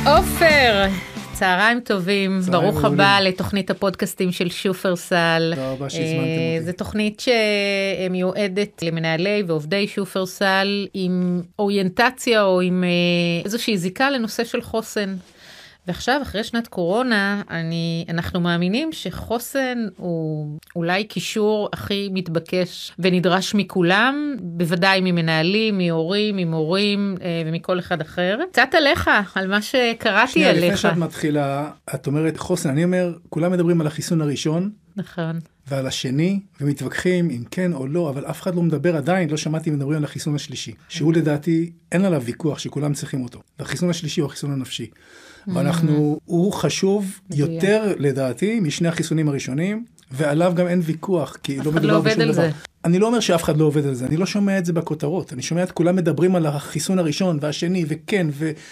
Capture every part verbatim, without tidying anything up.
עופר, צהריים טובים, ברוך הבא לתוכנית הפודקאסטים של שופרסל. תודה רבה שהזמנתם אותי. זו תוכנית שמיועדת למנהלי ועובדי שופרסל עם אוריינטציה או עם איזושהי זיקה לנושא של חוסן. ועכשיו, אחרי שנת קורונה, אני, אנחנו מאמינים שחוסן הוא אולי קישור הכי מתבקש ונדרש מכולם, בוודאי ממנהלים, מהורים, ממורים ומכל אחד אחר. קצת עליך, על מה שקראתי שנייה, עליך. לפני שאת מתחילה, את אומרת חוסן, אני אומר, כולם מדברים על החיסון הראשון, נכון. ועל השני, ומתווכחים אם כן או לא, אבל אף אחד לא מדבר עדיין, לא שמעתי מדברים על החיסון השלישי, שהוא לדעתי, אין עליו ויכוח שכולם צריכים אותו. והחיסון השלישי הוא החיסון הנפשי. ואנחנו, הוא חשוב יותר לדעתי משני החיסונים הראשונים, ועליו גם אין ויכוח, כי לא מדובר בשום דבר. אני לא אומר שאף אחד לא עובד על זה, אני לא שומע את זה בכותרות, אני שומע את כולם מדברים על החיסון הראשון והשני, וכן,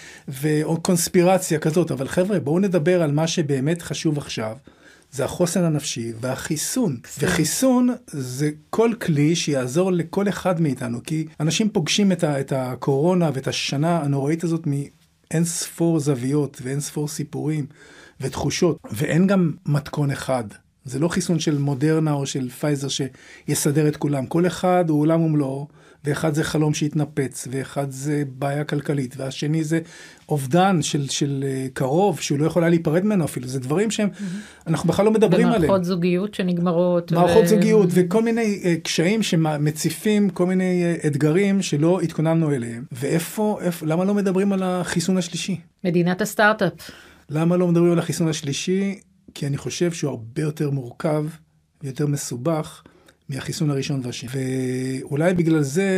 או קונספירציה כזאת, אבל חבר'ה, בואו נדבר על מה שבאמת חשוב עכשיו, זה החוסן הנפשי והחיסון. וחיסון זה כל כלי שיעזור לכל אחד מאיתנו, כי אנשים פוגשים את הקורונה ואת השנה הנוראית הזאת מאין ספור זוויות ואין ספור סיפורים ותחושות, ואין גם מתכון אחד. זה לא חיסון של מודרנה או של פייזר שיסדר את כולם. כל אחד הוא עולם ומלואו, ואחד זה חלום שהתנפץ, ואחד זה בעיה כלכלית, והשני זה אובדן של, של קרוב, שהוא לא יכולה להיפרד ממנו אפילו. זה דברים שהם, אנחנו בכלל לא מדברים עליהם. במערכות זוגיות שנגמרות. מערכות ו... זוגיות, וכל מיני uh, קשיים שמציפים, כל מיני uh, אתגרים שלא התכוננו אליהם. ואיפה, איפה, למה לא מדברים על החיסון השלישי? מדינת הסטארט-אפ. למה לא מדברים על החיסון השלישי? כי אני חושב שהוא הרבה יותר מורכב, ויותר מסובך, מהחיסון הראשון והשני. ואולי בגלל זה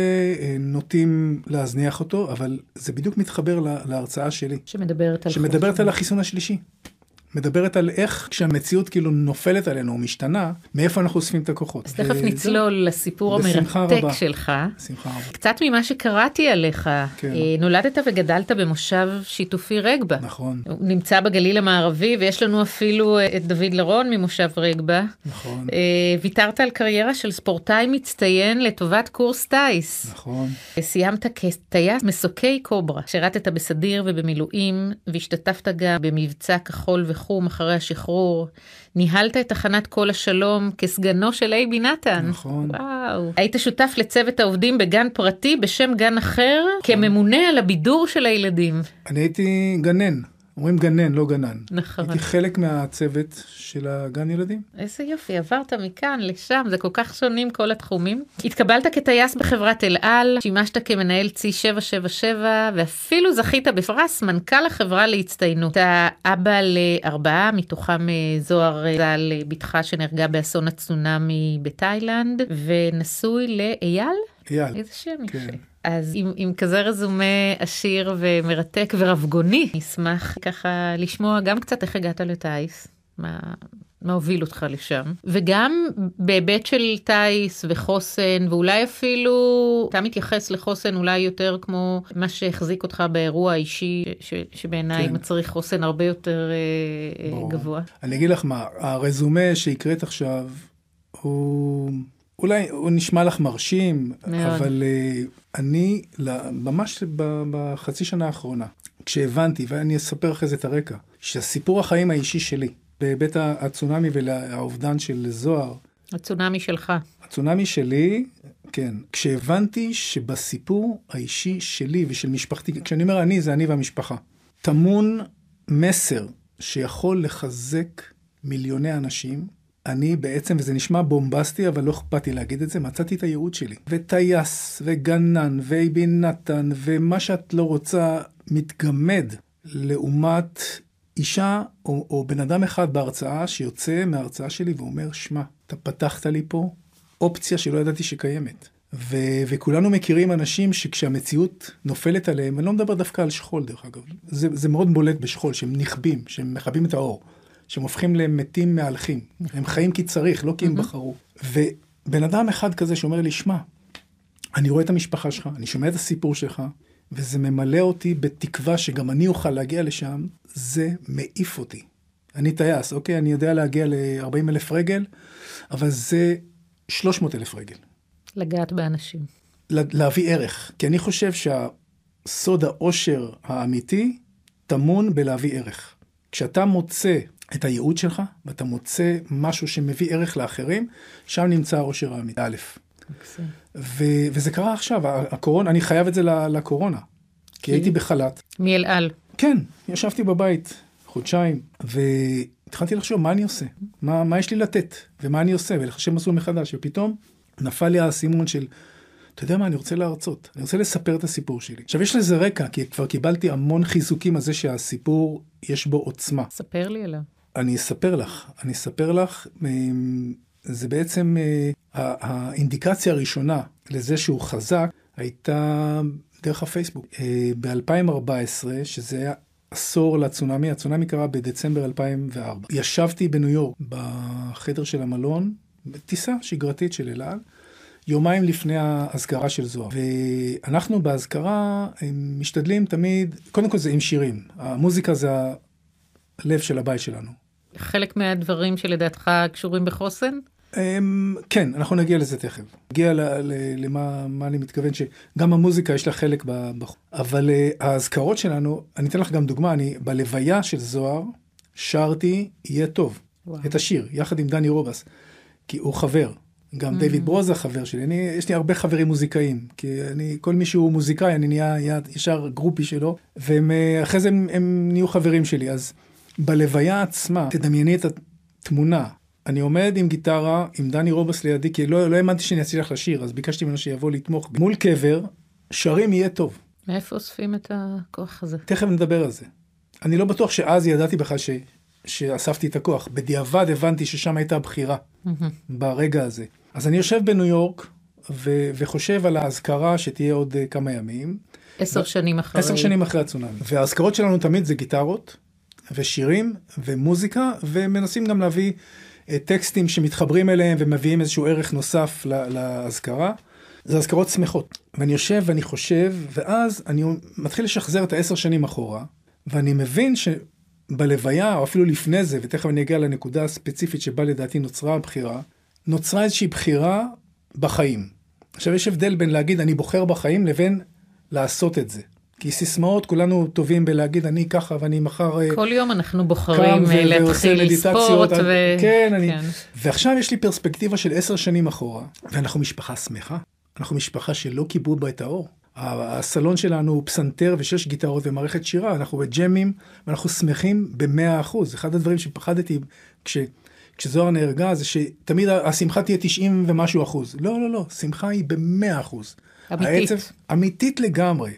נוטים להזניח אותו, אבל זה בדיוק מתחבר להרצאה שלי. שמדברת על שמדברת על החיסון השלישי. מדברת על איך כשהמציאות כאילו נופלת עלינו, או משתנה, מאיפה אנחנו אוספים את הכוחות. אז תכף נצלול לסיפור המרתק שלך. שמחה רבה. קצת ממה שקראתי עליך. נולדת וגדלת במושב שיתופי רגבה. נכון. הוא נמצא בגליל המערבי, ויש לנו אפילו את דוד לרון ממושב רגבה. נכון. ויתרת על קריירה של ספורטאי מצטיין לטובת קורס טייס. נכון. סיימת כטייס מסוקי קוברה. שירתת בסדיר ובמילואים, והשתתפת גם במבצע כחול וחול. חום אחרי השחרור, ניהלת את תחנת כל השלום כסגנו של אייבי נתן. נכון. וואו. היית שותף לצוות העובדים בגן פרטי בשם גן אחר, נכון. כממונה על הבידור של הילדים. אני הייתי גנן. אומרים גנן, לא גנן. נכון. הייתי חלק מהצוות של הגן ילדים. איזה יופי, עברת מכאן לשם, זה כל כך שונים כל התחומים. התקבלת כטייס בחברת אל על, שימשת כמנהל צי שבע שבע שבע, ואפילו זכית בפרס מנכ"ל החברה להצטיינות. אתה אבא לארבעה, מתוכם זוהר ז"ל בתך שנהרגה באסון הצונמי בתאילנד, ונשוי לאייל? אייל. איזה שם כן. יפה. אז עם, עם כזה רזומה עשיר ומרתק ורבגוני, נשמח ככה לשמוע גם קצת איך הגעת לטייס, מה, מה הוביל אותך לשם, וגם בהיבט של טייס וחוסן, ואולי אפילו, אתה מתייחס לחוסן אולי יותר כמו מה שהחזיק אותך באירוע האישי, ש, שבעיניי כן. מצריך חוסן הרבה יותר ברור. גבוה. אני אגיד לך מה, הרזומה שהקראת עכשיו, הוא... אולי הוא נשמע לך מרשים, מאוד. אבל uh, אני, ממש בחצי שנה האחרונה, כשהבנתי, ואני אספר אחרי זה את הרקע, שהסיפור החיים האישי שלי, בהיבט הצונמי והאובדן של זוהר, הצונמי שלך. הצונמי שלי, כן, כשהבנתי שבסיפור האישי שלי ושל משפחתי, כשאני אומר אני, זה אני והמשפחה, טמון מסר שיכול לחזק מיליוני אנשים, אני בעצם, וזה נשמע בומבסטי, אבל לא אכפתי להגיד את זה, מצאתי את הייעוד שלי. וטייס, וגנן, ואייבי נתן, ומה שאת לא רוצה, מתגמד לעומת אישה או, או בן אדם אחד בהרצאה, שיוצא מההרצאה שלי ואומר, שמה, אתה פתחת לי פה אופציה שלא ידעתי שקיימת. ו- וכולנו מכירים אנשים שכשהמציאות נופלת עליהם, אני לא מדבר דווקא על שכול דרך אגב, זה, זה מאוד בולט בשכול, שהם נכבים, שהם מכבים את האור. שהם הופכים למתים מהלכים. הם חיים כי צריך, לא כי הם בחרו. ובן אדם אחד כזה שאומר לי, שמע, אני רואה את המשפחה שלך, אני שומע את הסיפור שלך, וזה ממלא אותי בתקווה שגם אני אוכל להגיע לשם, זה מעיף אותי. אני טייס, אוקיי? אני יודע להגיע ל-ארבעים אלף רגל, אבל זה שלוש מאות אלף רגל. לגעת באנשים. להביא ערך. כי אני חושב שהסוד האושר האמיתי, טמון בלהביא ערך. כשאתה מוצא את הייעוד שלך, ואתה מוצא משהו שמביא ערך לאחרים, שם נמצא העושר האמיתי. א', ו- וזה קרה עכשיו, הקורונה, אני חייב את זה לקורונה, כי הייתי בחל"ת. מאל על. כן, ישבתי בבית חודשיים, והתחלתי לחשוב מה אני עושה, מה, מה יש לי לתת, ומה אני עושה, ולחשב מסלול מחדש, ופתאום נפל לי הסימון של, אתה יודע מה, אני רוצה להרצות, אני רוצה לספר את הסיפור שלי. עכשיו יש לזה רקע, כי כבר קיבלתי המון חיזוקים על זה שהסיפור יש בו עוצמה. ספר לי עליו. אני אספר לך, אני אספר לך, זה בעצם האינדיקציה הראשונה לזה שהוא חזק, הייתה דרך הפייסבוק. ב-אלפיים וארבע עשרה, שזה היה עשור לצונמי, הצונמי קרה בדצמבר אלפיים וארבע. ישבתי בניו יורק, בחדר של המלון, בטיסה שגרתית של אל על, יומיים לפני ההזכרה של זוהר. ואנחנו בהזכרה משתדלים תמיד, קודם כל זה עם שירים. המוזיקה זה הלב של הבית שלנו. חלק מהדברים שלדעתך קשורים בחוסן? כן, אנחנו נגיע לזה תכף. נגיע למה מה אני מתכוון, שגם המוזיקה יש לה חלק בחוסן. אבל ההזכרות שלנו, אני אתן לך גם דוגמה, אני בלוויה של זוהר שרתי יהיה טוב. וואו. את השיר, יחד עם דני רובס, כי הוא חבר. גם דיוויד ברוזה חבר שלי. אני, יש לי הרבה חברים מוזיקאים, כי אני, כל מי שהוא מוזיקאי, אני נהיה ישר גרופי שלו, ואחרי זה הם, הם נהיו חברים שלי. אז בלוויה עצמה, תדמייני את התמונה. אני עומד עם גיטרה, עם דני רובס לידי, כי לא, לא האמנתי שאני אצליח לשיר, אז ביקשתי ממנו שיבוא לתמוך. מול קבר, שרים יהיה טוב. מאיפה אוספים את הכוח הזה? תכף נדבר על זה. אני לא בטוח שאז ידעתי בכלל ש... שאספתי את הכוח. בדיעבד הבנתי ששם הייתה הבחירה, ברגע הזה. אז אני יושב בניו יורק, ו- וחושב על ההזכרה שתהיה עוד uh, כמה ימים. עשר ו- שנים אחרי. עשר שנים אחרי הצונמי. וההזכרות שלנו תמיד זה גיטרות, ושירים, ומוזיקה, ומנסים גם להביא uh, טקסטים שמתחברים אליהם, ומביאים איזשהו ערך נוסף לה- להזכרה. זה הזכרות שמחות. ואני יושב ואני חושב, ואז אני מתחיל לשחזר את העשר שנים אחורה, ואני מבין ש... בלוויה, או אפילו לפני זה, ותכף אני אגיע לנקודה הספציפית שבה לדעתי נוצרה הבחירה, נוצרה איזושהי בחירה בחיים. עכשיו יש הבדל בין להגיד אני בוחר בחיים, לבין לעשות את זה. כי סיסמאות, כולנו טובים בלהגיד אני ככה ואני מחר... כל יום אנחנו בוחרים להתחיל לספורט. ו... כן, אני... כן. ועכשיו יש לי פרספקטיבה של עשר שנים אחורה, ואנחנו משפחה שמחה. אנחנו משפחה שלא קיבלו בה את האור. הסלון שלנו הוא פסנתר ושש גיטרות ומערכת שירה, אנחנו בג'מים, ואנחנו שמחים במאה אחוז. אחד הדברים שפחדתי כש, כשזוהר נהרגה, זה שתמיד השמחה תהיה תשעים ומשהו אחוז. לא, לא, לא, שמחה היא במאה אחוז. אמיתית. העצב, אמיתית לגמרי.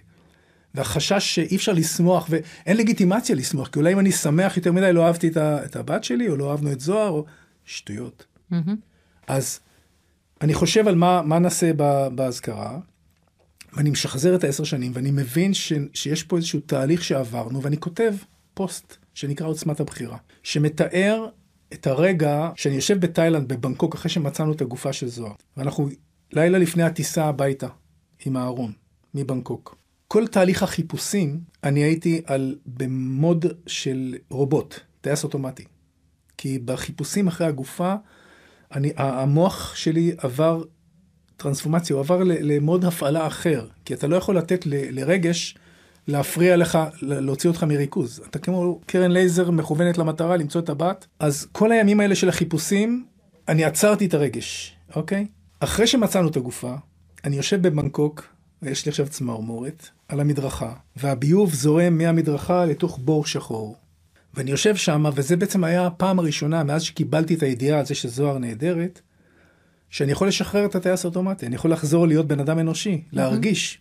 והחשש שאי אפשר לשמוח, ואין לגיטימציה לשמוח, כי אולי אם אני שמח יותר מדי, לא אהבתי את, ה, את הבת שלי, או לא אהבנו את זוהר, או שטויות. Mm-hmm. אז אני חושב על מה, מה נעשה בהזכרה, ואני משחזר את העשר שנים, ואני מבין ש, שיש פה איזשהו תהליך שעברנו, ואני כותב פוסט שנקרא עוצמת הבחירה, שמתאר את הרגע שאני יושב בתאילנד, בבנקוק, אחרי שמצאנו את הגופה של זוהר. ואנחנו לילה לפני הטיסה הביתה, עם הארון, מבנקוק. כל תהליך החיפושים, אני הייתי על, במוד של רובוט, טייס אוטומטי. כי בחיפושים אחרי הגופה, אני, המוח שלי עבר טרנספורמציה, הוא עבר למוד הפעלה אחר, כי אתה לא יכול לתת ל, לרגש להפריע לך, להוציא אותך מריכוז. אתה כמו קרן לייזר מכוונת למטרה, למצוא את הבת. אז כל הימים האלה של החיפושים, אני עצרתי את הרגש, אוקיי? אחרי שמצאנו את הגופה, אני יושב בבנקוק, ויש לי עכשיו צמרמורת, על המדרכה, והביוב זורם מהמדרכה לתוך בור שחור. ואני יושב שם, וזה בעצם היה הפעם הראשונה, מאז שקיבלתי את הידיעה על זה שזוהר נהדרת, שאני יכול לשחרר את הטייס האוטומטי, אני יכול לחזור להיות בן אדם אנושי, להרגיש.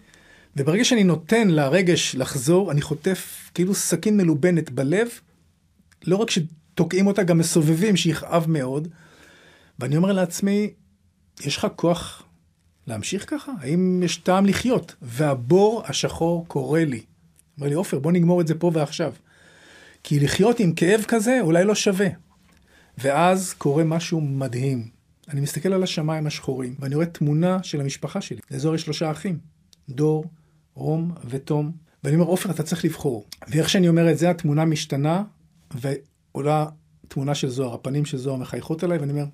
וברגע שאני נותן לרגש לחזור, אני חוטף כאילו סכין מלובנת בלב, לא רק שתוקעים אותה, גם מסובבים, שיכאב מאוד, ואני אומר לעצמי, יש לך כוח להמשיך ככה? האם יש טעם לחיות? והבור השחור קורא לי. אומר לי, אופר, בוא נגמור את זה פה ועכשיו. כי לחיות עם כאב כזה אולי לא שווה. ואז קורה משהו מדהים. אני מסתכל על השמיים השחורים, ואני רואה תמונה של המשפחה שלי. לאזור יש שלושה אחים, דור, רום ותום. ואני אומר, אופר, אתה צריך לבחור. ואיך שאני אומר את זה, התמונה משתנה, ועולה תמונה של זוהר, הפנים של זוהר מחייכות עליי, ואני אומר,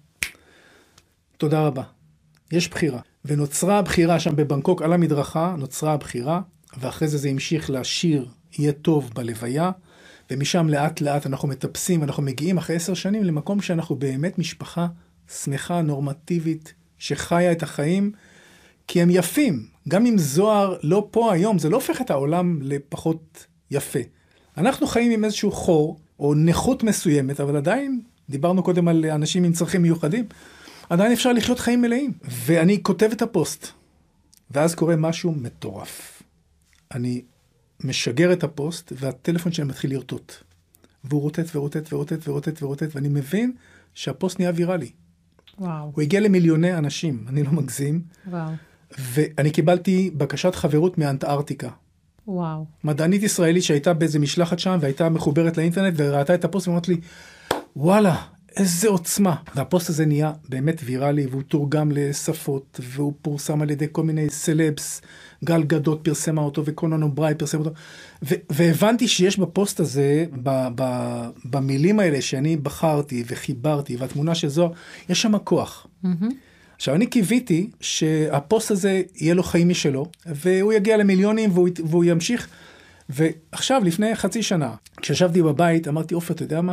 תודה רבה. יש בחירה. ונוצרה הבחירה שם בבנקוק על המדרכה, נוצרה הבחירה, ואחרי זה זה המשיך לשיר יהיה טוב בלוויה, ומשם לאט לאט אנחנו מטפסים, אנחנו מגיעים אחרי עשר שנים למקום שאנחנו באמת משפחה שמחה, נורמטיבית, שחיה את החיים, כי הם יפים. גם אם זוהר לא פה היום, זה לא הופך את העולם לפחות יפה. אנחנו חיים עם איזשהו חור, או נכות מסוימת, אבל עדיין, דיברנו קודם על אנשים עם צרכים מיוחדים, עדיין אפשר לחיות חיים מלאים. ואני כותב את הפוסט, ואז קורה משהו מטורף. אני משגר את הפוסט, והטלפון שלי מתחיל לרטוט. והוא רוטט ורוטט ורוטט ורוטט ורוטט, ואני מבין שהפוסט נהיה ויראלי. וואו. הוא הגיע למיליוני אנשים, אני לא מגזים. וואו. ואני קיבלתי בקשת חברות מאנטארקטיקה. וואו. מדענית ישראלית שהייתה באיזה משלחת שם, והייתה מחוברת לאינטרנט, וראתה את הפוסט ואומרת לי, וואלה, איזה עוצמה. והפוסט הזה נהיה באמת ויראלי, והוא תורגם לשפות, והוא פורסם על ידי כל מיני סלבס, גל גדות פרסמה אותו, וקונן אובראי פרסם אותו. ו- והבנתי שיש בפוסט הזה, ב- ב- במילים האלה שאני בחרתי וחיברתי, והתמונה של זוהר, יש שם כוח. Mm-hmm. עכשיו, אני קיוויתי שהפוסט הזה יהיה לו חיים משלו, והוא יגיע למיליונים והוא, והוא ימשיך. ועכשיו, לפני חצי שנה, כשישבתי בבית, אמרתי, אופי, אתה יודע מה?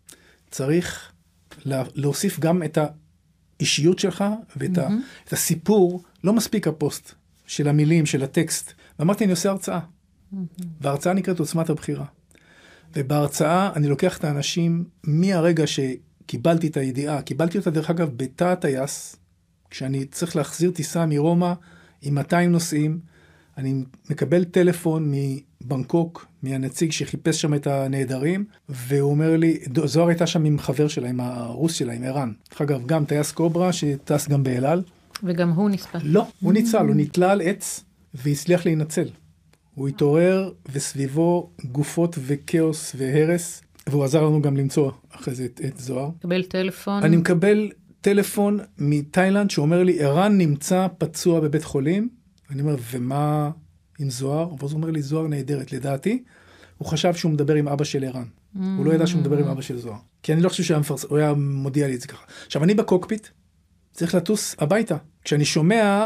צריך לה, להוסיף גם את האישיות שלך, ואת mm-hmm. ה, את הסיפור, לא מספיק הפוסט של המילים, של הטקסט. ואמרתי, אני עושה הרצאה. Mm-hmm. וההרצאה נקראת עוצמת הבחירה. ובהרצאה אני לוקח את האנשים מהרגע שקיבלתי את הידיעה, קיבלתי אותה דרך אגב בתא הטייס, כשאני צריך להחזיר טיסה מרומא עם מאתיים נוסעים, אני מקבל טלפון מבנקוק, מהנציג שחיפש שם את הנהדרים, והוא אומר לי, זוהר הייתה שם עם חבר שלה, עם הרוס שלה, עם ערן. אגב, גם טייס קוברה, שטס גם באלעל. וגם הוא נספל. לא, הוא ניצל, הוא נתלה על עץ, והצליח להינצל. הוא התעורר, וסביבו גופות וקאוס והרס, והוא עזר לנו גם למצוא אחרי זה את, את זוהר. מקבל טלפון. אני מקבל טלפון מתאילנד שאומר לי, ערן נמצא פצוע בבית חולים. אני אומר, ומה עם זוהר? ואז הוא אומר לי, זוהר נהדרת. לדעתי, הוא חשב שהוא מדבר עם אבא של ערן. Mm-hmm. הוא לא ידע שהוא מדבר עם אבא של זוהר. כי אני לא חושב שהוא היה מודיע לי את זה ככה. עכשיו, אני בקוקפיט, צריך לטוס הביתה. כשאני שומע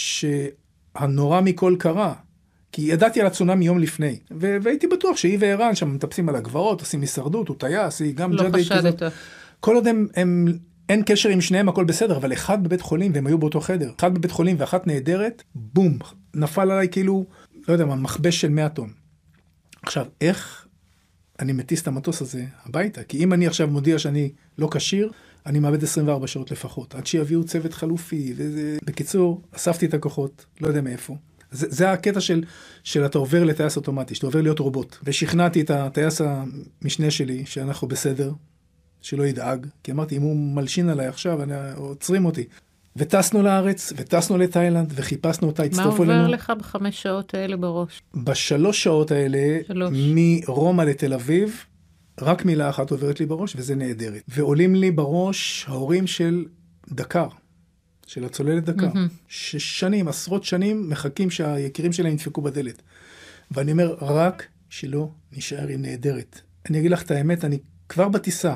שהנורא מכל קרה, כי ידעתי על הצונאמי יום לפני, ו- והייתי בטוח שהיא וערן שם מטפסים על הגברות, עושים הישרדות, הוא טייס, היא גם לא ג'אדי חשדת. כל עוד הם, הם, אין קשר עם שניהם, הכל בסדר, אבל אחד בבית חולים, והם היו באותו חדר, אחד בבית חולים ואחת נהדרת, בום, נפל עליי כאילו, לא יודע מה, מכבש של מאה טון. עכשיו, איך אני מטיס את המטוס הזה הביתה? כי אם אני עכשיו מודיע שאני לא קשיר, אני מאבד עשרים וארבע שעות לפחות, עד שיביאו צוות חלופי, וזה... בקיצור, אספתי את הכוחות, לא יודע מאיפה. זה, זה הקטע של, של אתה עובר לטייס אוטומטי, שאתה עובר להיות רובוט. ושכנעתי את הטייס המשנה שלי, שאנחנו בסדר, שלא ידאג, כי אמרתי, אם הוא מלשין עליי עכשיו, אני, עוצרים אותי. וטסנו לארץ, וטסנו לתאילנד, וחיפשנו אותה, הצטרפו לנו. מה עובר לך בחמש שעות האלה בראש? בשלוש שעות האלה, שלוש. מרומא לתל אביב, רק מילה אחת עוברת לי בראש, וזה נהדרת. ועולים לי בראש ההורים של דקר, של הצוללת דקר, mm-hmm. ששנים, עשרות שנים, מחכים שהיקירים שלהם ידפקו בדלת. ואני אומר, רק שלא נשאר עם נהדרת. אני אגיד לך את האמת, אני כבר בטיסה,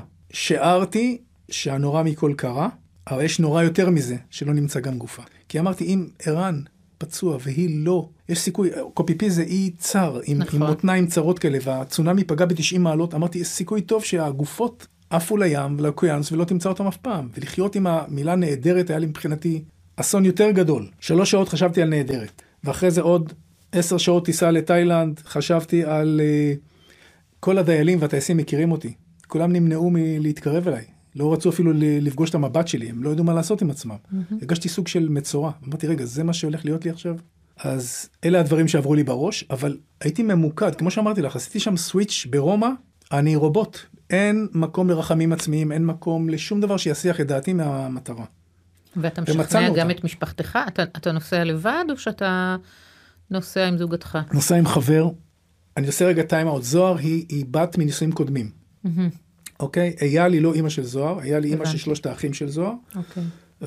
שערתי שהנורא מכל קרה, אבל יש נורא יותר מזה, שלא נמצא גם גופה. כי אמרתי, אם ערן פצוע והיא לא, יש סיכוי, קופיפי זה אי צר, עם, נכון. עם מותניים צרות כאלה, והצונאמי פגע ב-תשעים מעלות, אמרתי, יש סיכוי טוב שהגופות עפו לים ולאוקיינוס ולא תמצא אותם אף פעם. ולחיות עם המילה נהדרת היה לי מבחינתי אסון יותר גדול. שלוש שעות חשבתי על נהדרת. ואחרי זה עוד עשר שעות טיסה לתאילנד, חשבתי על uh, כל הדיילים והטייסים מכירים אותי. כולם נמנעו מלהתקרב אליי. לא רצו אפילו לפגוש את המבט שלי, הם לא ידעו מה לעשות עם עצמם. Mm-hmm. הגשתי סוג של מצורע. אמרתי, רגע, זה מה שהולך להיות לי עכשיו? אז אלה הדברים שעברו לי בראש, אבל הייתי ממוקד, כמו שאמרתי לך, עשיתי שם סוויץ' ברומא, אני רובוט. אין מקום לרחמים עצמיים, אין מקום לשום דבר שיסיח את דעתי מהמטרה. ואתה משכנע גם אותה. את משפחתך? אתה, אתה נוסע לבד או שאתה נוסע עם זוגתך? נוסע עם חבר. אני עושה רגע טיים-אאוט. זוהר היא, היא בת מנישואים קודמים. Mm-hmm. אוקיי? היה לי לא אמא של זוהר, היה לי אמא של שלושת האחים של זוהר. אוקיי.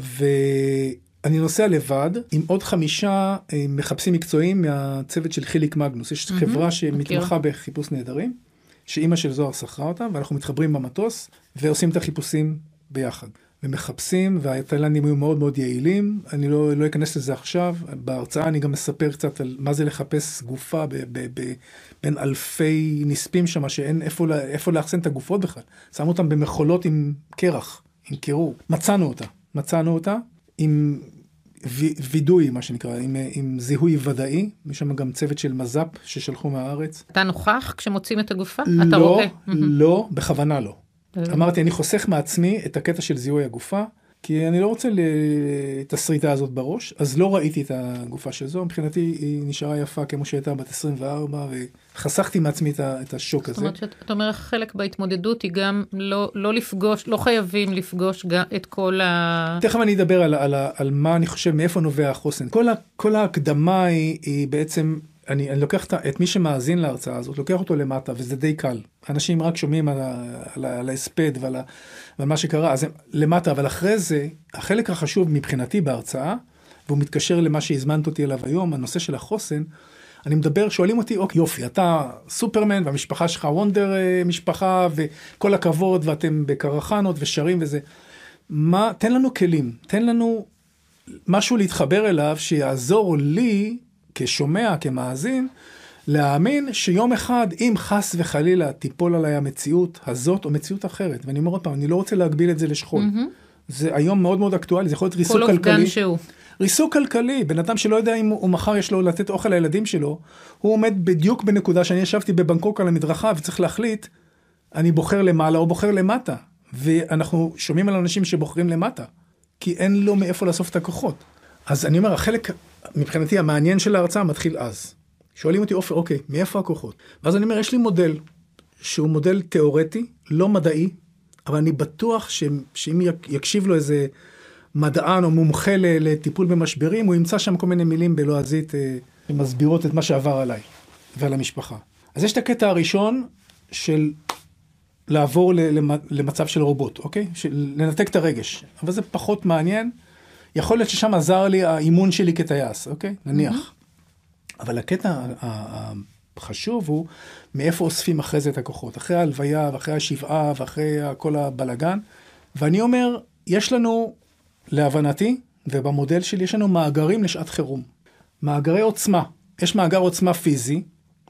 ואני נוסע לבד עם עוד חמישה מחפשים מקצועיים מהצוות של חיליק מגנוס. יש mm-hmm. חברה שמתמחה בחיפוש נהדרים. שאמא של זוהר שכרה אותה, ואנחנו מתחברים במטוס, ועושים את החיפושים ביחד. ומחפשים, והתאילנדים היו מאוד מאוד יעילים, אני לא, לא אכנס לזה עכשיו, בהרצאה אני גם מספר קצת על מה זה לחפש גופה ב, ב, ב, בין אלפי נספים שם, שאין איפה, איפה לאחסן את הגופות בכלל, שמו אותם במחולות עם קרח, עם קירור, מצאנו אותה, מצאנו אותה עם וידוי, מה שנקרא, עם, עם זיהוי ודאי, יש שם גם צוות של מז"פ ששלחו מהארץ. אתה נוכח כשמוצאים את הגופה? לא, אתה רואה? לא, בכוונה לא. אמרתי, אני חוסך מעצמי את הקטע של זיהוי הגופה, כי אני לא רוצה את הסריטה הזאת בראש, אז לא ראיתי את הגופה של זו, מבחינתי היא נשארה יפה כמו שהייתה בת עשרים וארבע, וחסכתי מעצמי את השוק הזה. זאת אומרת שאתה אומר, חלק בהתמודדות היא גם לא, לא לפגוש, לא חייבים לפגוש גם את כל ה... תכף אני אדבר על, על, על מה אני חושב, מאיפה נובע החוסן. כל, ה, כל ההקדמה היא, היא בעצם... אני, אני לוקח את מי שמאזין להרצאה הזאת, לוקח אותו למטה, וזה די קל. אנשים רק שומעים על, על, על ההספד ועל, ועל מה שקרה, אז הם למטה, אבל אחרי זה, החלק החשוב מבחינתי בהרצאה, והוא מתקשר למה שהזמנת אותי אליו היום, הנושא של החוסן, אני מדבר, שואלים אותי, אוקיי, יופי, אתה סופרמן, והמשפחה שלך וונדר משפחה, וכל הכבוד, ואתם בקרחנות ושרים וזה. מה, תן לנו כלים, תן לנו משהו להתחבר אליו, שיעזור לי, כשומע, כמאזין, להאמין שיום אחד, אם חס וחלילה תיפול עליי המציאות הזאת או מציאות אחרת, ואני אומר עוד פעם, אני לא רוצה להגביל את זה לשכול. Mm-hmm. זה היום מאוד מאוד אקטואלי, זה יכול להיות ריסוק כלכלי. כל אופגן שהוא. ריסוק כלכלי, בן אדם שלא יודע אם הוא מחר יש לו לתת אוכל לילדים שלו, הוא עומד בדיוק בנקודה שאני ישבתי בבנקוק על המדרכה, וצריך להחליט, אני בוחר למעלה או בוחר למטה. ואנחנו שומעים על אנשים שבוחרים למטה, כי אין לו מאיפה לאסוף את הכוחות. אז אני אומר, החלק... מבחינתי, המעניין של ההרצאה מתחיל אז. שואלים אותי, אופר, אוקיי, מאיפה הכוחות? ואז אני אומר, יש לי מודל, שהוא מודל תיאורטי, לא מדעי, אבל אני בטוח ש... שאם יקשיב לו איזה מדען או מומחה לטיפול במשברים, הוא ימצא שם כל מיני מילים בלועזית, שמסבירות את מה שעבר עליי ועל המשפחה. אז יש את הקטע הראשון של לעבור למצב של רובוט, אוקיי? של לנתק את הרגש. אבל זה פחות מעניין. יכול להיות ששם עזר לי האימון שלי כטייס, אוקיי? נניח. Mm-hmm. אבל הקטע החשוב הוא מאיפה אוספים אחרי זה את הכוחות. אחרי ההלוויה ואחרי השבעה ואחרי כל הבלגן. ואני אומר, יש לנו, להבנתי, ובמודל שלי, יש לנו מאגרים לשעת חירום. מאגרי עוצמה. יש מאגר עוצמה פיזי,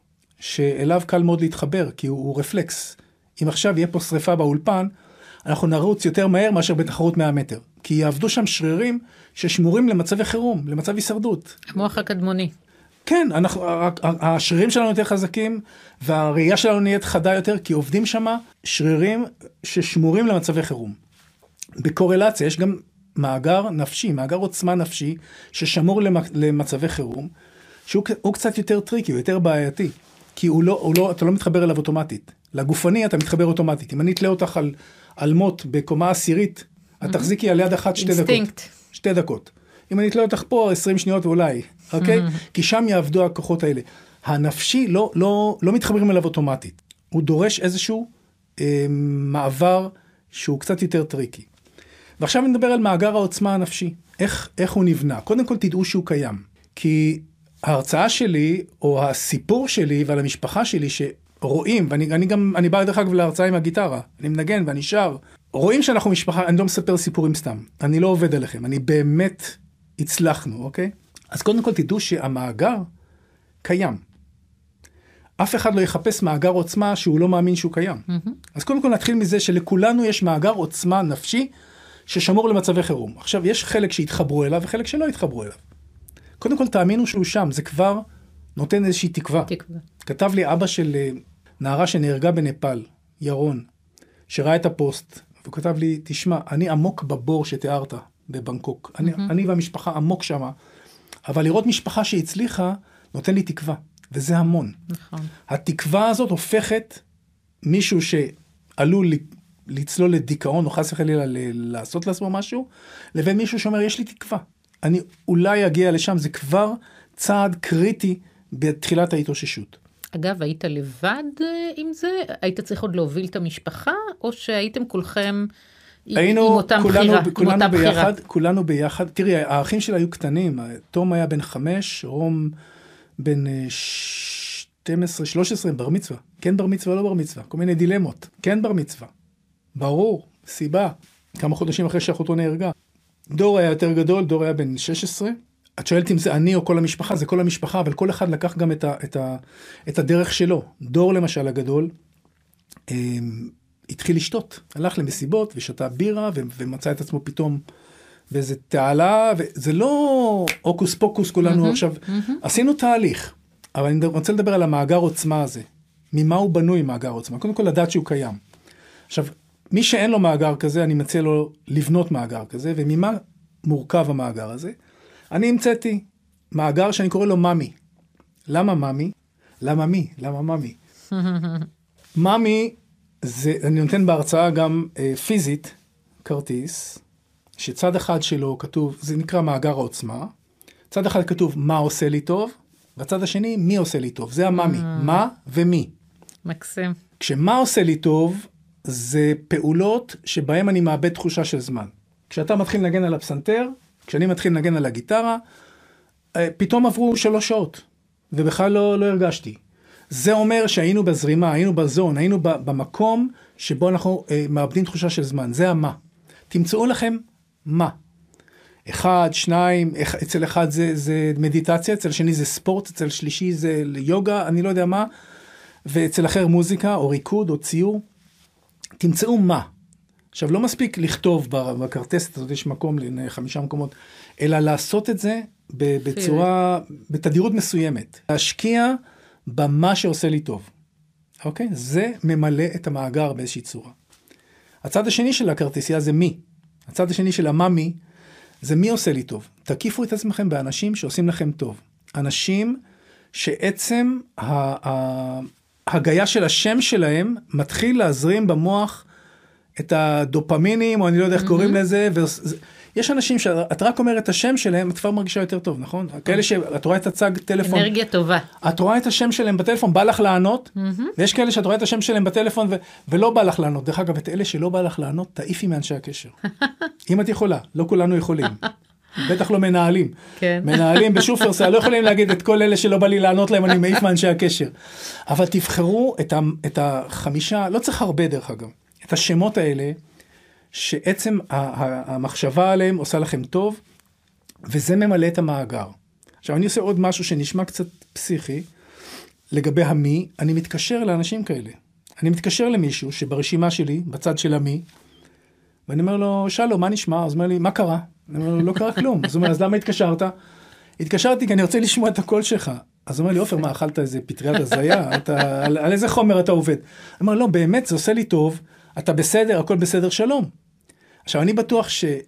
שאליו קל מאוד להתחבר, כי הוא, הוא רפלקס. אם עכשיו יהיה פה שריפה באולפן, אנחנו נרוץ יותר מהר מאשר בתחרות מאה מטר. כי יעבדו שם שרירים ששמורים למצבי חירום, למצב הישרדות. המוח הקדמוני. כן, אנחנו, השרירים שלנו יותר חזקים, והראייה שלנו נהיית חדה יותר, כי עובדים שם שרירים ששמורים למצבי חירום. בקורלציה יש גם מאגר נפשי, מאגר עוצמה נפשי, ששמור למצבי חירום, שהוא קצת יותר טריקי, הוא יותר בעייתי, כי הוא לא, הוא לא, אתה לא מתחבר אליו אוטומטית. לגופני אתה מתחבר אוטומטית. אם אני אתלה אותך על, על מות בקומה עשירית, את תחזיקי על יד אחת שתי דקות. שתי דקות. אם אני אתלה אותך פה עשרים שניות ואולי, אוקיי? כי שם יעבדו הכוחות האלה. הנפשי לא, לא, לא מתחברים אליו אוטומטית. הוא דורש איזשהו אה, מעבר שהוא קצת יותר טריקי. ועכשיו נדבר על מאגר העוצמה הנפשי. איך, איך הוא נבנה? קודם כל תדעו שהוא קיים. כי ההרצאה שלי, או הסיפור שלי ועל המשפחה שלי שרואים, ואני אני גם, אני בא דרך אגב להרצאה עם הגיטרה, אני מנגן ואני שר, רואים שאנחנו משפחה, אני לא מספר סיפורים סתם, אני לא עובד עליכם, אני באמת הצלחנו, אוקיי? אז קודם כל תדעו שהמאגר קיים. אף אחד לא יחפש מאגר עוצמה שהוא לא מאמין שהוא קיים. Mm-hmm. אז קודם כל נתחיל מזה שלכולנו יש מאגר עוצמה נפשי ששמור למצבי חירום. עכשיו, יש חלק שהתחברו אליו וחלק שלא התחברו אליו. קודם כל תאמינו שהוא שם, זה כבר נותן איזושהי תקווה. תקווה. כתב לי אבא של נערה שנהרגה בנפאל, ירון, שראה את הפוסט, והוא כתב לי, תשמע, אני עמוק בבור שתיארת בבנקוק. Mm-hmm. אני, אני והמשפחה עמוק שמה, אבל לראות משפחה שהצליחה, נותן לי תקווה, וזה המון. נכון. התקווה הזאת הופכת מישהו שעלול לצלול לדיכאון, או חס וחלילה לעשות לעצמו משהו, לבין מישהו שאומר, יש לי תקווה. אני אולי אגיע לשם, זה כבר צעד קריטי בתחילת ההתאוששות. אגב, היית לבד עם זה? היית צריך עוד להוביל את המשפחה, או שהייתם כולכם היינו, עם אותם כולנו, בחירה? כולנו, עם אותה ביחד, בחירה. כולנו ביחד. תראי, האחים שלה היו קטנים. תום היה בן חמש, רום בן שתים עשרה, שלוש עשרה, בר מצווה. כן בר מצווה, לא בר מצווה. כל מיני דילמות. כן בר מצווה. ברור, סיבה. כמה חודשים אחרי שאחותו נהרגה. דור היה יותר גדול, דור היה בן שש עשרה. את שואלת אם זה אני או כל המשפחה, זה כל המשפחה, אבל כל אחד לקח גם את, ה, את, ה, את הדרך שלו. דור למשל הגדול, התחיל לשתות, הלך למסיבות ושתה בירה ו- ומצא את עצמו פתאום באיזה תעלה, וזה לא אוקוס פוקוס כולנו mm-hmm, עכשיו, mm-hmm. עשינו תהליך, אבל אני רוצה לדבר על המאגר עוצמה הזה, ממה הוא בנוי מאגר עוצמה, קודם כל לדעת שהוא קיים. עכשיו, מי שאין לו מאגר כזה, אני מציע לו לבנות מאגר כזה, וממה מורכב המאגר הזה? אני המצאתי מאגר שאני קורא לו ממי. למה ממי? למה מי? למה ממי? ממי, זה, אני נותן בהרצאה גם אה, פיזית, כרטיס, שצד אחד שלו כתוב, זה נקרא מאגר העוצמה, צד אחד כתוב מה עושה לי טוב, והצד השני מי עושה לי טוב, זה הממי, mm. מה ומי. מקסים. כשמה עושה לי טוב, זה פעולות שבהן אני מאבד תחושה של זמן. כשאתה מתחיל לנגן על הפסנתר, כשאני מתחיל לנגן על הגיטרה, אה, פתאום עברו שלוש שעות, ובכלל לא, לא הרגשתי. זה אומר שהיינו בזרימה, היינו בזון, היינו במקום שבו אנחנו אה, מאבדים תחושה של זמן. זה המה. תמצאו לכם מה. אחד, שניים, אצל אחד זה, זה מדיטציה, אצל שני זה ספורט, אצל שלישי זה יוגה, אני לא יודע מה, ואצל אחר מוזיקה, או ריקוד, או ציור. תמצאו מה. עכשיו, לא מספיק לכתוב בקרטסת הזאת, יש מקום לחמישה מקומות, אלא לעשות את זה בצורה, בתדירות מסוימת. להשקיע במה שעושה לי טוב. אוקיי? זה ממלא את המאגר באיזושהי צורה. הצד השני של הכרטיסייה זה מי. הצד השני של הממי זה מי עושה לי טוב. תקיפו את עצמכם באנשים שעושים לכם טוב. אנשים שעצם ההגיה של השם שלהם מתחיל להזרים במוח את הדופמינים, או אני לא יודע איך קוראים לזה, יש אנשים שאת רק אומרת את השם שלהם, את כבר מרגישה יותר טוב, נכון? כאלה שאת רואה את הצג טלפון. אנרגיה טובה. את רואה את השם שלהם בטלפון, בא לך לענות, ויש כאלה שאת רואה את השם שלהם בטלפון, ולא בא לך לענות. דרך אגב, את אלה שלא בא לך לענות, תעיפי מאנשי הקשר. אם את יכולה, לא כולנו יכולים. בטח לא מנהלים. מנהלים בשופרסל, לא יכולים להגיד את כל אלה שלא בא לי לענות להם, אני מעיף מאנשי הקשר. אבל תבחרו את החמישה, לא צריך הרבה דרך אגב, את השמות האלה, שעצם המחשבה עליהם עושה לכם טוב, וזה ממלא את המאגר. עכשיו, אני עושה עוד משהו שנשמע קצת פסיכי, לגבי המי, אני מתקשר לאנשים כאלה. אני מתקשר למישהו שברשימה שלי, בצד של המי, ואני אומר לו, שלום, מה נשמע? אז הוא אומר לי, מה קרה? אני אומר לו, לא קרה כלום. אז הוא אומר, אז למה התקשרת? התקשרתי כי אני רוצה לשמוע את הקול שלך. אז הוא אומר לי, אופר, מה, אכלת איזה פטריית הזיה? אתה, על, על איזה חומר אתה עובד? אני אומר, לא, באמת, זה עושה לי טוב, אתה בסדר, הכל בסדר, שלום. עכשיו, אני בטוח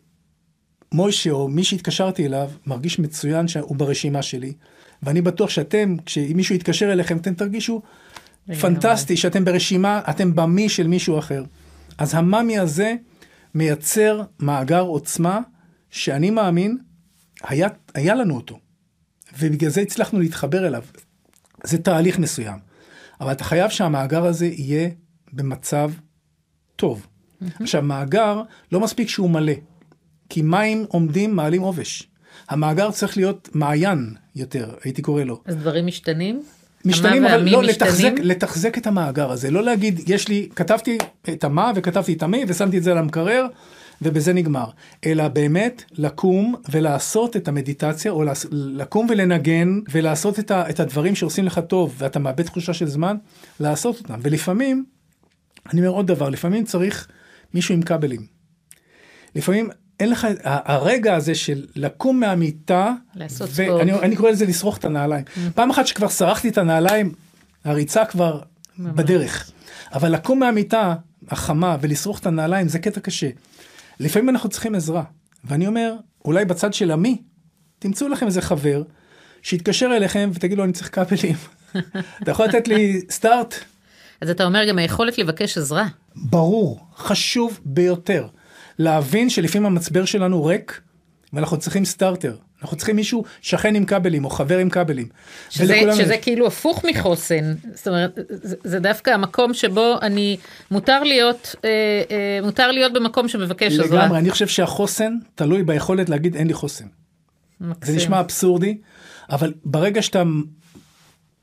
שמוישה, או מי שהתקשרתי אליו, מרגיש מצוין שהוא ברשימה שלי, ואני בטוח שאתם, כשמישהו יתקשר אליכם, אתם תרגישו פנטסטי, שאתם ברשימה, אתם במי של מישהו אחר. אז הממי הזה מייצר מאגר עוצמה, שאני מאמין, היה, היה לנו אותו. ובגלל זה הצלחנו להתחבר אליו. זה תהליך מסוים. אבל אתה חייב שהמאגר הזה יהיה במצב טוב. עכשיו, מאגר לא מספיק שהוא מלא, כי מים עומדים מעלים עובש. המאגר צריך להיות מעיין יותר, הייתי קורא לו. אז דברים משתנים? משתנים, אבל לא, לתחזק, לתחזק את המאגר הזה. לא להגיד, יש לי, כתבתי את המה וכתבתי את המי, ושמתי את זה על המקרר, ובזה נגמר. אלא באמת לקום ולעשות את המדיטציה, או לקום ולנגן, ולעשות את, ה, את הדברים שעושים לך טוב, ואתה מאבד תחושה של זמן, לעשות אותם. ולפעמים, אני אומר עוד דבר, לפעמים צריך מישהו עם כבלים. לפעמים אין לך, הרגע הזה של לקום מהמיטה, לעשות ספורט. ואני אני קורא לזה לשרוך את הנעליים. פעם אחת שכבר שרחתי את הנעליים, הריצה כבר בדרך. אבל לקום מהמיטה החמה ולשרוך את הנעליים, זה קטע קשה. לפעמים אנחנו צריכים עזרה. ואני אומר, אולי בצד של עמי, תמצאו לכם איזה חבר, שיתקשר אליכם ותגיד לו, אני צריך כבלים. אתה יכול לתת לי סטארט? אז אתה אומר גם היכולת לבקש עזרה. ברור, חשוב ביותר. להבין שלפעמים המצבר שלנו ריק, ואנחנו צריכים סטארטר. אנחנו צריכים מישהו שכן עם כבלים, או חבר עם כבלים. שזה, שזה כאילו הפוך מחוסן. זאת אומרת, זה, זה דווקא המקום שבו אני, מותר להיות, אה, אה, מותר להיות במקום שמבקש עזרה. לגמרי, אני חושב שהחוסן תלוי ביכולת להגיד אין לי חוסן. מקסים. זה נשמע אבסורדי, אבל ברגע שאתה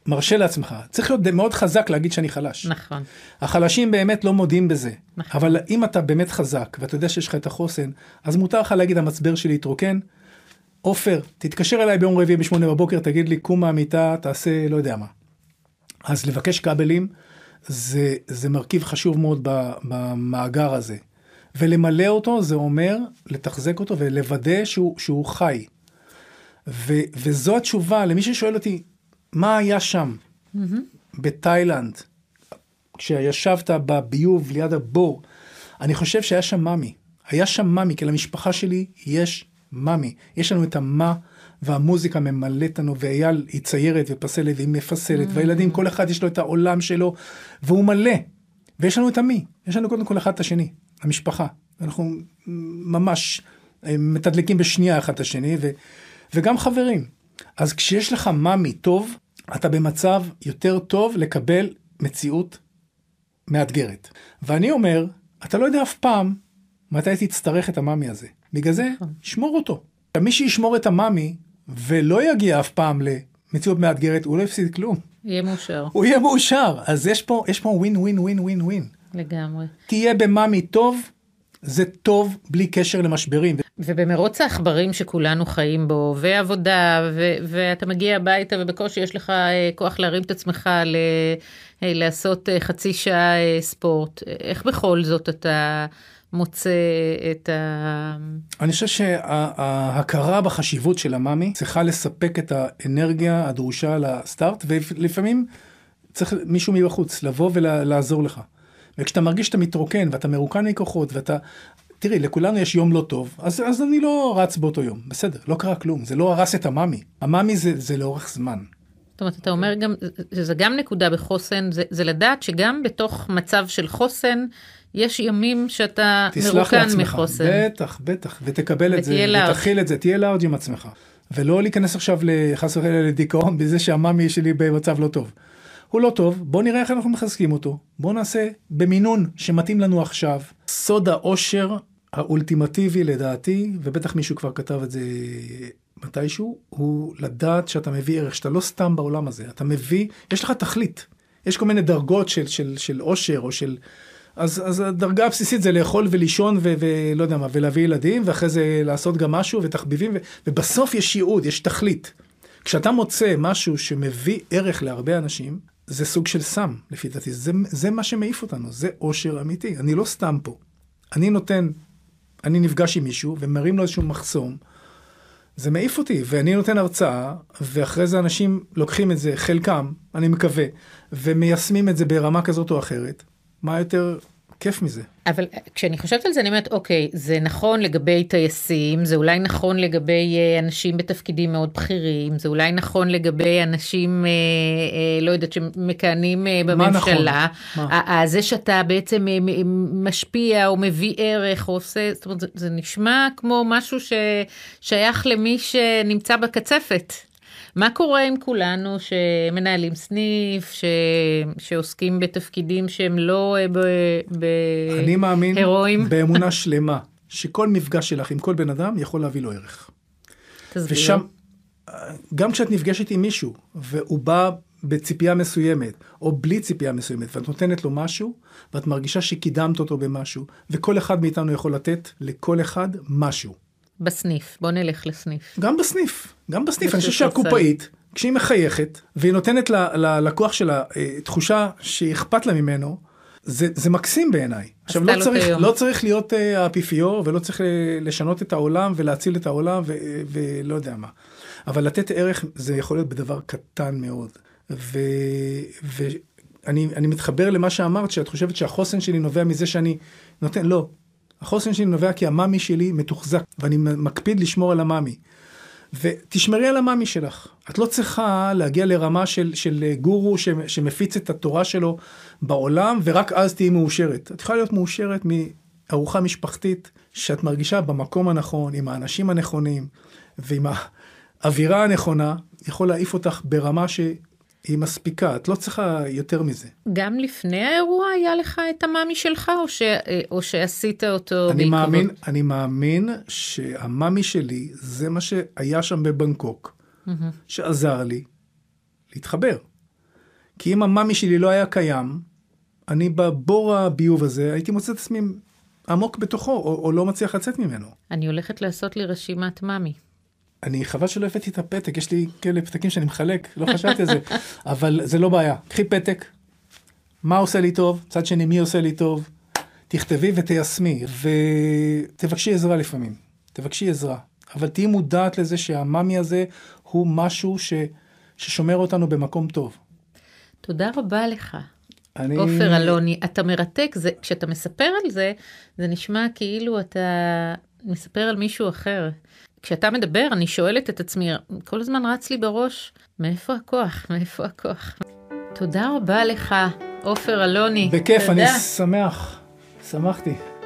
מרשה לעצמך. צריך להיות מאוד חזק להגיד שאני חלש. נכון. החלשים באמת לא מודים בזה. נכון. אבל אם אתה באמת חזק, ואתה יודע שיש לך את החוסן, אז מותר לך להגיד, המצבר שלי יתרוקן. עופר, תתקשר אליי ביום רביעי בשמונה בבוקר, תגיד לי, קום מהמיטה, תעשה לא יודע מה. אז לבקש כבלים, זה, זה מרכיב חשוב מאוד במאגר הזה. ולמלא אותו, זה אומר לתחזק אותו ולוודא שהוא, שהוא חי. ו, וזו התשובה למי ששואל אותי, מה היה שם? Mm-hmm. בתאילנד, כשישבת בביוב ליד הבור, אני חושב שהיה שם ממי. היה שם ממי, כי למשפחה שלי יש ממי. יש לנו את המה, והמוזיקה ממלאת לנו, ואייל היא ציירת ופסלת, והיא מפסלת, mm-hmm. והילדים, כל אחד יש לו את העולם שלו, והוא מלא. ויש לנו את המי. יש לנו קודם כל אחד את השני, המשפחה. אנחנו ממש מתדלקים בשנייה אחד את השני, ו, וגם חברים. אז כשיש לך ממי טוב, אתה במצב יותר טוב לקבל מציאות מאתגרת. ואני אומר, אתה לא יודע אף פעם מתי תצטרך את הממי הזה. בגלל זה, שמור אותו. מי שישמור את הממי, ולא יגיע אף פעם למציאות מאתגרת, הוא לא יפסיד כלום. יהיה מאושר. הוא יהיה מאושר. אז יש פה, יש פה ווין, ווין, ווין, ווין, ווין. לגמרי. תהיה בממי טוב, זה טוב בלי קשר למשברים. ובמרוץ העכברים שכולנו חיים בו, ועבודה, ו- ואתה מגיע הביתה, ובקושי יש לך כוח להרים את עצמך ל- לעשות חצי שעה ספורט. איך בכל זאת אתה מוצא את ה... אני חושב שההכרה בחשיבות של הממי צריכה לספק את האנרגיה הדרושה לסטארט, ולפעמים צריך מישהו מבחוץ לבוא ולעזור לך. וכשאתה מרגיש שאתה מתרוקן, ואתה מרוקן מכוחות, ואתה... תראי, לכולנו יש יום לא טוב, אז, אז אני לא רץ באותו יום. בסדר, לא קרה כלום. זה לא הרס את הממי. הממי זה, זה לאורך זמן. זאת אומרת, אתה אומר גם, זה גם נקודה בחוסן, זה, זה לדעת שגם בתוך מצב של חוסן, יש ימים שאתה מרוקן מחוסן. בטח, בטח, ותקבל את זה, ותכיל את זה, תהיה לארג' עם עצמך. ולא להיכנס עכשיו לחס וחלילה לדיכאון, בזה שהממי שלי במצב לא טוב. הוא לא טוב, בוא נראה איך אנחנו מחזקים אותו. בוא נעשה במינון שמתאים לנו עכשיו. סוד האושר האולטימטיבי לדעתי, ובטח מישהו כבר כתב את זה מתישהו, הוא לדעת שאתה מביא ערך, שאתה לא סתם בעולם הזה. אתה מביא, יש לך תכלית. יש כל מיני דרגות של, של, של אושר או של... אז, אז הדרגה הבסיסית זה לאכול ולישון ו, ולא יודע מה, ולהביא ילדים, ואחרי זה לעשות גם משהו ותחביבים, ו, ובסוף יש ייעוד, יש תכלית. כשאתה מוצא משהו שמביא ערך להרבה אנשים, זה סוג של סם, לפי דעתי. זה, זה מה שמעיף אותנו, זה אושר אמיתי. אני לא סתם פה. אני נותן, אני נפגש עם מישהו, ומרים לו איזשהו מחסום, זה מעיף אותי, ואני נותן הרצאה, ואחרי זה אנשים לוקחים את זה, חלקם, אני מקווה, ומיישמים את זה ברמה כזאת או אחרת. מה יותר כיף מזה? אבל כשאני חושבת על זה, אני אומרת, אוקיי, זה נכון לגבי טייסים, זה אולי נכון לגבי אנשים בתפקידים מאוד בכירים, זה אולי נכון לגבי אנשים, אה, אה, לא יודעת, שמכהנים אה, בממשלה. מה נכון? מה? זה שאתה בעצם אה, משפיע או מביא ערך, או עושה, זאת אומרת, זה, זה נשמע כמו משהו ששייך למי שנמצא בקצפת. מה קורה עם כולנו שמנהלים סניף, ש... שעוסקים בתפקידים שהם לא ב... ב... אני מאמין הירואים? באמונה שלמה, שכל מפגש שלך עם כל בן אדם יכול להביא לו ערך. תסביר. ושם, גם כשאת נפגשת עם מישהו, והוא בא בציפייה מסוימת, או בלי ציפייה מסוימת, ואת נותנת לו משהו, ואת מרגישה שקידמת אותו במשהו, וכל אחד מאיתנו יכול לתת לכל אחד משהו. בסניף, בוא נלך לסניף. גם בסניף, גם בסניף. אני חושב שהקופאית, כשהיא מחייכת, והיא נותנת ללקוח שלה תחושה שהיא אכפת לה ממנו, זה, זה מקסים בעיניי. עכשיו, לא צריך, לא צריך להיות האפיפיור, ולא צריך לשנות את העולם, ולהציל את העולם, ו, ולא יודע מה. אבל לתת ערך, זה יכול להיות בדבר קטן מאוד. ו, ואני, אני מתחבר למה שאמרת, שאת חושבת שהחוסן שלי נובע מזה שאני נותן, לא. החוסן שלי נובע כי המאמי שלי מתוחזק, ואני מקפיד לשמור על המאמי. ותשמרי על המאמי שלך. את לא צריכה להגיע לרמה של, של גורו שמפיץ את התורה שלו בעולם, ורק אז תהי מאושרת. את יכולה להיות מאושרת מארוחה משפחתית, שאת מרגישה במקום הנכון, עם האנשים הנכונים, ועם האווירה הנכונה, יכול להעיף אותך ברמה ש... היא מספיקה, את לא צריכה יותר מזה. גם לפני האירוע היה לך את המאמי שלך, או, ש... או שעשית אותו אני מאמין, אני מאמין שהמאמי שלי, זה מה שהיה שם בבנקוק, mm-hmm. שעזר לי להתחבר. כי אם המאמי שלי לא היה קיים, אני בבור הביוב הזה, הייתי מוצא את עצמי עמוק בתוכו, או, או לא מצליח לצאת ממנו. אני הולכת לעשות לי רשימת מאמי. אני חבל שלא הבאתי את הפתק, יש לי כאלה פתקים שאני מחלק, לא חשבתי על זה, אבל זה לא בעיה. קחי פתק, מה עושה לי טוב, צד שני מי עושה לי טוב, תכתבי ותיישמי, ותבקשי עזרה לפעמים, תבקשי עזרה, אבל תהי מודעת לזה שהמאמי הזה הוא משהו ש, ששומר אותנו במקום טוב. תודה רבה לך. אני... עופר אלוני, אתה מרתק, זה, כשאתה מספר על זה, זה נשמע כאילו אתה מספר על מישהו אחר. כשאתה מדבר, אני שואלת את עצמי, כל הזמן רץ לי בראש, מאיפה הכוח? מאיפה הכוח? תודה רבה לך, עופר אלוני. בכיף, אני שמח, שמחתי.